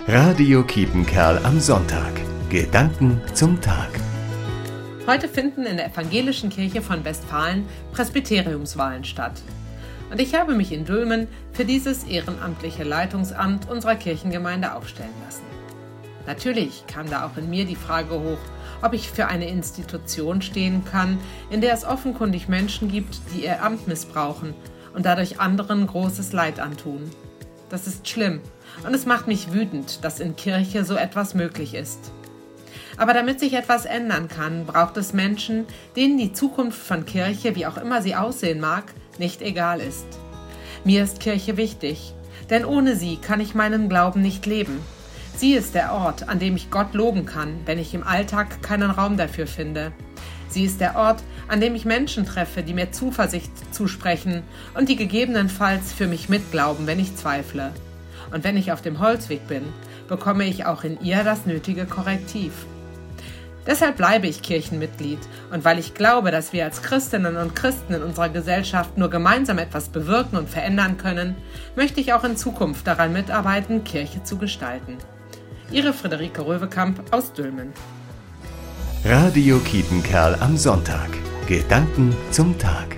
Radio Kiepenkerl am Sonntag. Gedanken zum Tag. Heute finden in der Evangelischen Kirche von Westfalen Presbyteriumswahlen statt. Und ich habe mich in Dülmen für dieses ehrenamtliche Leitungsamt unserer Kirchengemeinde aufstellen lassen. Natürlich kam da auch in mir die Frage hoch, ob ich für eine Institution stehen kann, in der es offenkundig Menschen gibt, die ihr Amt missbrauchen und dadurch anderen großes Leid antun. Das ist schlimm und es macht mich wütend, dass in Kirche so etwas möglich ist. Aber damit sich etwas ändern kann, braucht es Menschen, denen die Zukunft von Kirche, wie auch immer sie aussehen mag, nicht egal ist. Mir ist Kirche wichtig, denn ohne sie kann ich meinen Glauben nicht leben. Sie ist der Ort, an dem ich Gott loben kann, wenn ich im Alltag keinen Raum dafür finde. Sie ist der Ort, an dem ich Menschen treffe, die mir Zuversicht zusprechen und die gegebenenfalls für mich mitglauben, wenn ich zweifle. Und wenn ich auf dem Holzweg bin, bekomme ich auch in ihr das nötige Korrektiv. Deshalb bleibe ich Kirchenmitglied und weil ich glaube, dass wir als Christinnen und Christen in unserer Gesellschaft nur gemeinsam etwas bewirken und verändern können, möchte ich auch in Zukunft daran mitarbeiten, Kirche zu gestalten. Ihre Friederike Röwekamp aus Dülmen. Radio Kiepenkerl am Sonntag. Gedanken zum Tag.